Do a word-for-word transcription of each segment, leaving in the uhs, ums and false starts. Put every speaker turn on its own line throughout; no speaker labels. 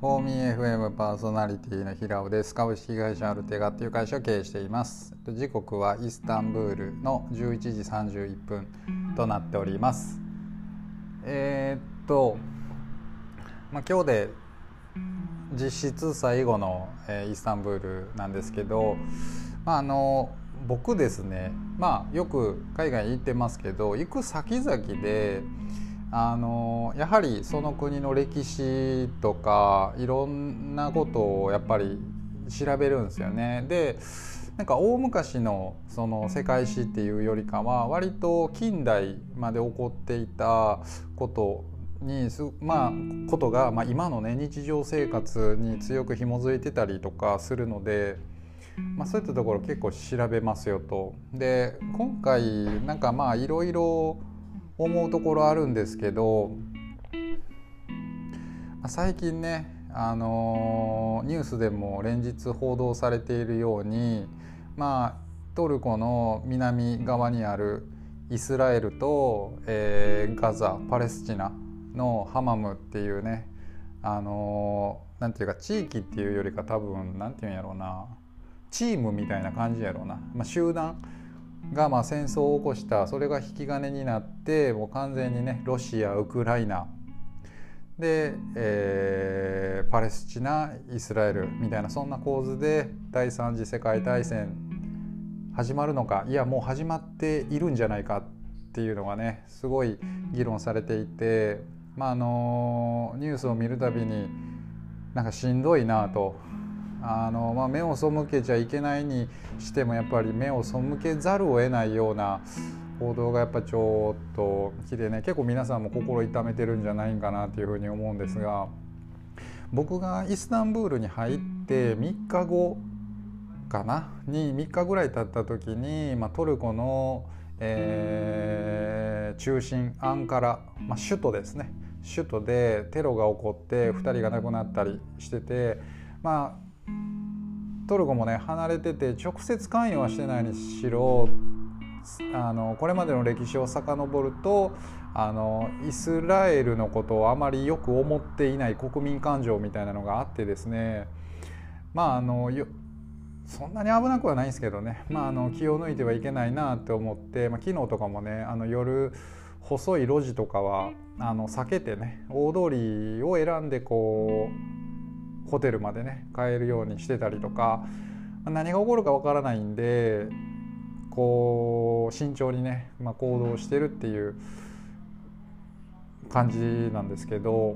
フォーミーエフエム パーソナリティの平尾です。株式会社アルテガという会社を経営しています。時刻はイスタンブールのじゅういちじさんじゅういっぷんとなっております。えー、っと、まあ、今日で実質最後の、えー、イスタンブールなんですけど、まあ、あの僕ですね、まあ、よく海外に行ってますけど、行く先々であのやはりその国の歴史とかいろんなことをやっぱり調べるんですよね。でなんか大昔のその世界史っていうよりかは割と近代まで起こっていたことにまあことが、まあ、今のね日常生活に強く紐づいてたりとかするので、まあ、そういったところ結構調べますよと。で今回なんかまあいろいろ思うところあるんですけど、最近ね、あのー、ニュースでも連日報道されているように、まあ、トルコの南側にあるイスラエルと、えー、ガザパレスチナのハマムっていうね、あのー、なんていうか地域っていうよりか多分なんていうんやろうな、チームみたいな感じやろうな、まあ、集団がまあ戦争を起こした、それが引き金になってもう完全にねロシアウクライナで、えー、パレスチナイスラエルみたいなそんな構図で第三次世界大戦始まるのか、いやもう始まっているんじゃないかっていうのがねすごい議論されていて、まああのニュースを見るたびになんかしんどいなと。あのまあ、目を背けちゃいけないにしてもやっぱり目を背けざるを得ないような報道がやっぱちょっと来てね、結構皆さんも心痛めてるんじゃないかなというふうに思うんですが、僕がイスタンブールに入ってみっかごかなにみっかぐらい経った時に、まあ、トルコの、えー、中心アンカラ、まあ、首都ですね、首都でテロが起こってふたりが亡くなったりしてて、まあトルコもね離れてて直接関与はしてないにしろ、あのこれまでの歴史を遡るとあのイスラエルのことをあまりよく思っていない国民感情みたいなのがあってですね、まああのそんなに危なくはないんですけどね、まあ、あの気を抜いてはいけないなと思って、まあ、昨日とかもねあの夜細い路地とかはあの避けてね大通りを選んでこうホテルまでね帰るようにしてたりとか、何が起こるかわからないんでこう慎重にね、まあ、行動してるっていう感じなんですけど、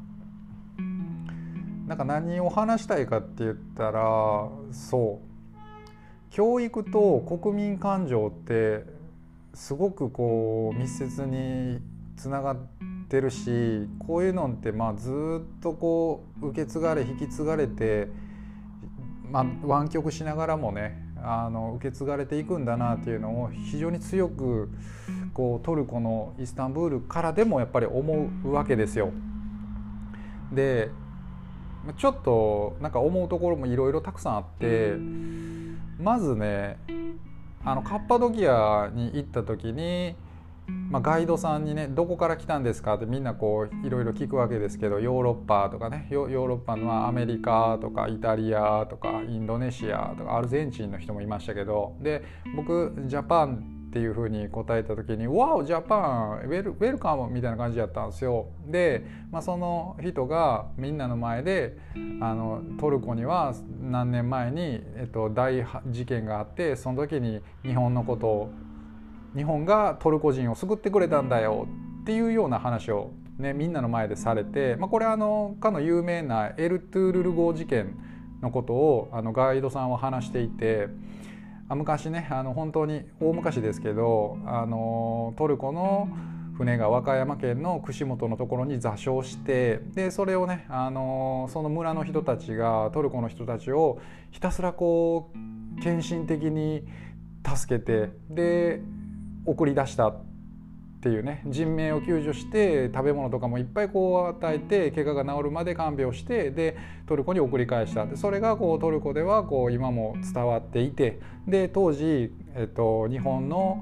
なんか何を話したいかって言ったら、そう教育と国民感情ってすごくこう密接につながってるし、こういうのってまあずっとこう受け継がれ引き継がれて、まあ、湾曲しながらもねあの受け継がれていくんだなっていうのを非常に強くこうトルコのイスタンブールからでもやっぱり思うわけですよ。でちょっとなんか思うところもいろいろたくさんあって、まずねあのカッパドキアに行った時に、まあ、ガイドさんにねどこから来たんですかってみんなこういろいろ聞くわけですけど、ヨーロッパとかね、ヨーロッパのアメリカとかイタリアとかインドネシアとかアルゼンチンの人もいましたけど、で僕ジャパンっていうふうに答えた時にワオジャパンウェル、ウェルカムみたいな感じだったんですよ。で、まあ、その人がみんなの前であのトルコには何年前に、えっと、大事件があって、その時に日本のことを日本がトルコ人を救ってくれたんだよっていうような話を、ね、みんなの前でされて、まあ、これはあのかの有名なエルトゥールル号事件のことをあのガイドさんは話していて、昔ねあの本当に大昔ですけどあのトルコの船が和歌山県の串本のところに座礁して、でそれをねあのその村の人たちがトルコの人たちをひたすらこう献身的に助けて、で送り出したっていうね、人命を救助して食べ物とかもいっぱいこう与えて怪我が治るまで看病して、でトルコに送り返した。でそれがこうトルコではこう今も伝わっていて、で当時、えっと、日本の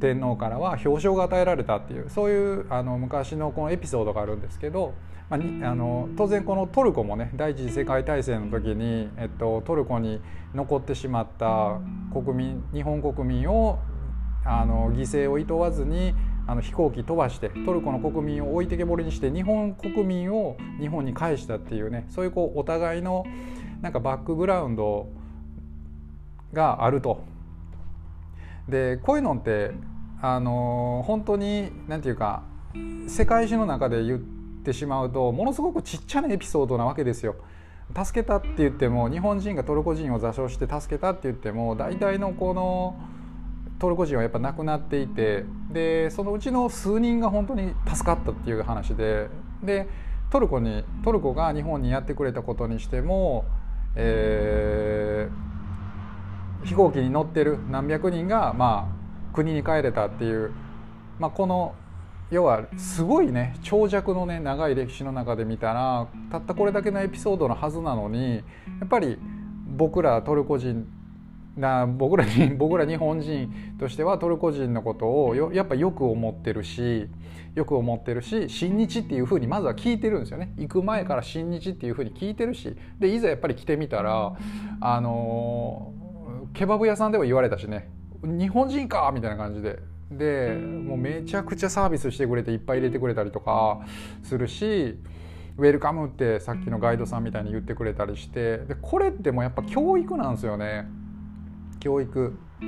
天皇からは表彰が与えられたっていう、そういうあの昔のこのエピソードがあるんですけど、まあ、にあの当然このトルコもね、第一次世界大戦の時に、えっと、トルコに残ってしまった国民日本国民をあの犠牲をいとわずにあの飛行機飛ばしてトルコの国民を置いてけぼりにして日本国民を日本に返したっていうね、そういうこうお互いのなんかバックグラウンドがあると。でこういうのってあの本当になんていうか世界史の中で言ってしまうとものすごくちっちゃなエピソードなわけですよ。助けたって言っても日本人がトルコ人を座礁して助けたって言っても大体のこのトルコ人はやっぱ亡くなっていて、でそのうちの数人が本当に助かったっていう話で、でトルコにトルコが日本にやってくれたことにしても、えー、飛行機に乗ってる何百人がまあ国に帰れたっていう、まあ、この要はすごいね長尺のね長い歴史の中で見たらたったこれだけのエピソードのはずなのに、やっぱり僕らトルコ人な僕らに僕ら日本人としてはトルコ人のことをよやっぱよく思ってるしよく思ってるし親日っていうふうにまずは聞いてるんですよね。行く前から親日っていうふうに聞いてるし、でいざやっぱり来てみたらあのケバブ屋さんでも言われたしね、日本人かみたいな感じで、でもうめちゃくちゃサービスしてくれていっぱい入れてくれたりとかするし、ウェルカムってさっきのガイドさんみたいに言ってくれたりして、でこれってもうやっぱ教育なんですよね。教育、うん、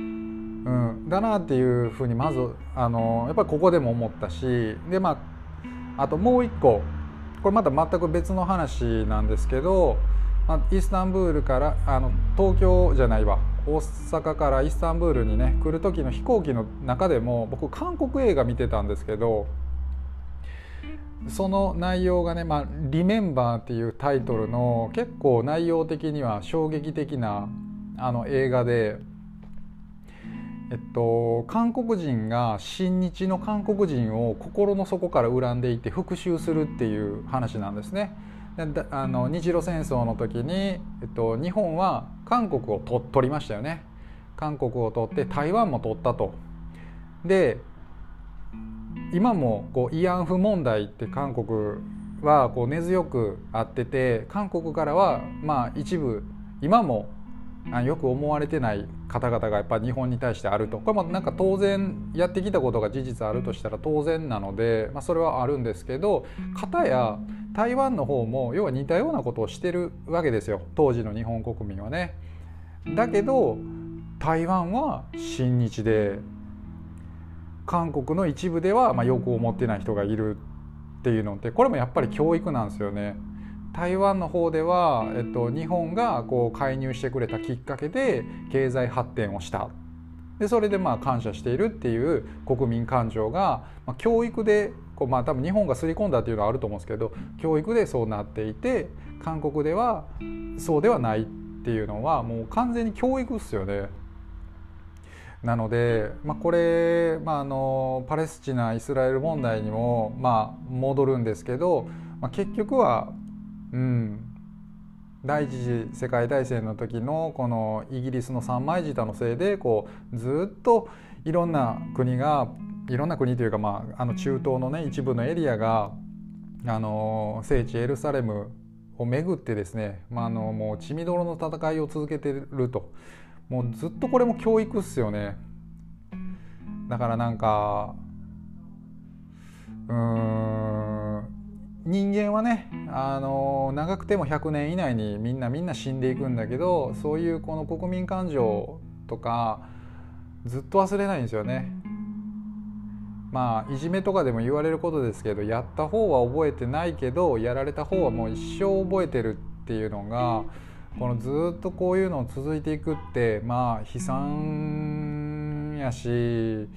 だなっていうふうにまずあのやっぱりここでも思ったし、でまああともう一個これまた全く別の話なんですけど、まあ、イスタンブールからあの東京じゃないわ大阪からイスタンブールにね来る時の飛行機の中でも僕韓国映画見てたんですけど、その内容がね、まあ、リメンバーっていうタイトルの結構内容的には衝撃的なあの映画で、えっと、韓国人が親日の韓国人を心の底から恨んでいて復讐するっていう話なんですね。であの日露戦争の時に、えっと、日本は韓国をと取りましたよね。韓国を取って台湾も取ったと。で今もこう慰安婦問題って韓国はこう根強くあってて、韓国からはまあ一部今もよく思われてない方々がやっぱり日本に対してあると。これもなんか当然やってきたことが事実あるとしたら当然なので、まあ、それはあるんですけど、片や台湾の方も要は似たようなことをしてるわけですよ、当時の日本国民はね。だけど台湾は親日で韓国の一部ではまあよく思ってない人がいるっていうのって、これもやっぱり教育なんですよね。台湾の方では、えっと、日本がこう介入してくれたきっかけで経済発展をした。でそれでまあ感謝しているっていう国民感情が、まあ、教育でこう、まあ、多分日本が刷り込んだっていうのはあると思うんですけど、教育でそうなっていて韓国ではそうではないっていうのはもう完全に教育っすよね。なので、まあ、これ、まあ、あのパレスチナ・イスラエル問題にも、まあ、戻るんですけど、まあ、結局はうん、第一次世界大戦の時のこのイギリスの三枚舌のせいでこうずっといろんな国がいろんな国というか、まあ、あの中東のね一部のエリアがあの聖地エルサレムを巡ってですね、まあ、あのもう血みどろの戦いを続けてると。もうずっとこれも教育っすよね。だからなんかうーん人間はねあの長くてもひゃくねん以内にみんなみんな死んでいくんだけど、そういうこの国民感情とかずっと忘れないんですよね。まあいじめとかでも言われることですけど、やった方は覚えてないけどやられた方はもう一生覚えてるっていうのが、このずっとこういうの続いていくってまあ悲惨やし、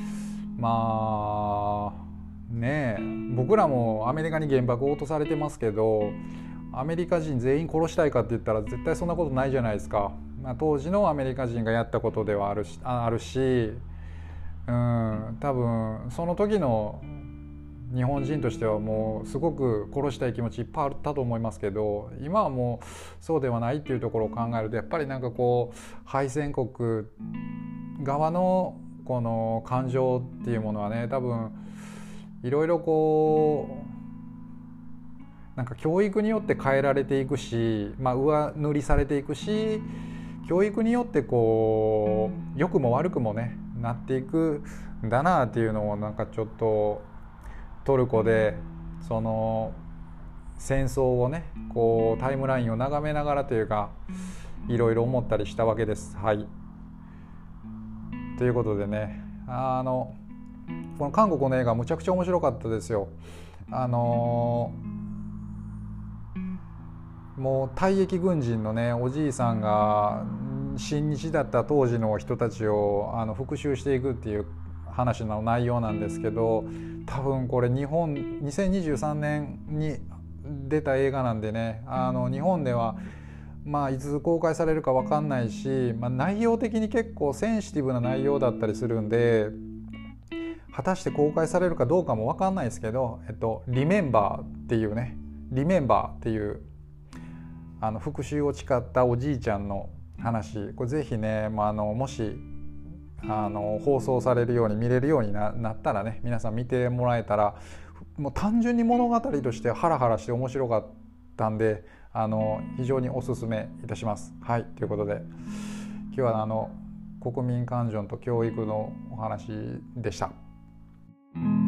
まあねえ僕らもアメリカに原爆を落とされてますけど、アメリカ人全員殺したいかって言ったら絶対そんなことないじゃないですか。まあ、当時のアメリカ人がやったことではあるし、あるし、うん、多分その時の日本人としてはもうすごく殺したい気持ちいっぱいあったと思いますけど、今はもうそうではないっていうところを考えると、やっぱりなんかこう敗戦国側のこの感情っていうものはね、多分いろいろこうなんか教育によって変えられていくし、まあ、上塗りされていくし、教育によってこう良くも悪くもねなっていくんだなっていうのを、なんかちょっとトルコでその戦争をねこうタイムラインを眺めながらというか、いろいろ思ったりしたわけです。はい。ということでね、あのこの韓国の映画むちゃくちゃ面白かったですよ。あのもう退役軍人のねおじいさんが親日だった当時の人たちをあの復讐していくっていう話の内容なんですけど、多分これ日本にせんにじゅうさんねんに出た映画なんでね、あの日本ではまあいつ公開されるか分かんないし、まあ、内容的に結構センシティブな内容だったりするんで、果たして公開されるかどうかも分かんないですけど、えっと、リメンバーっていうねリメンバーっていうあの復讐を誓ったおじいちゃんの話、これぜひね、まあ、あのもしあの放送されるように見れるように な, なったらね、皆さん見てもらえたら、もう単純に物語としてハラハラして面白かったんで、あの非常におすすめいたします。はい、ということで今日はあの国民感情と教育のお話でした。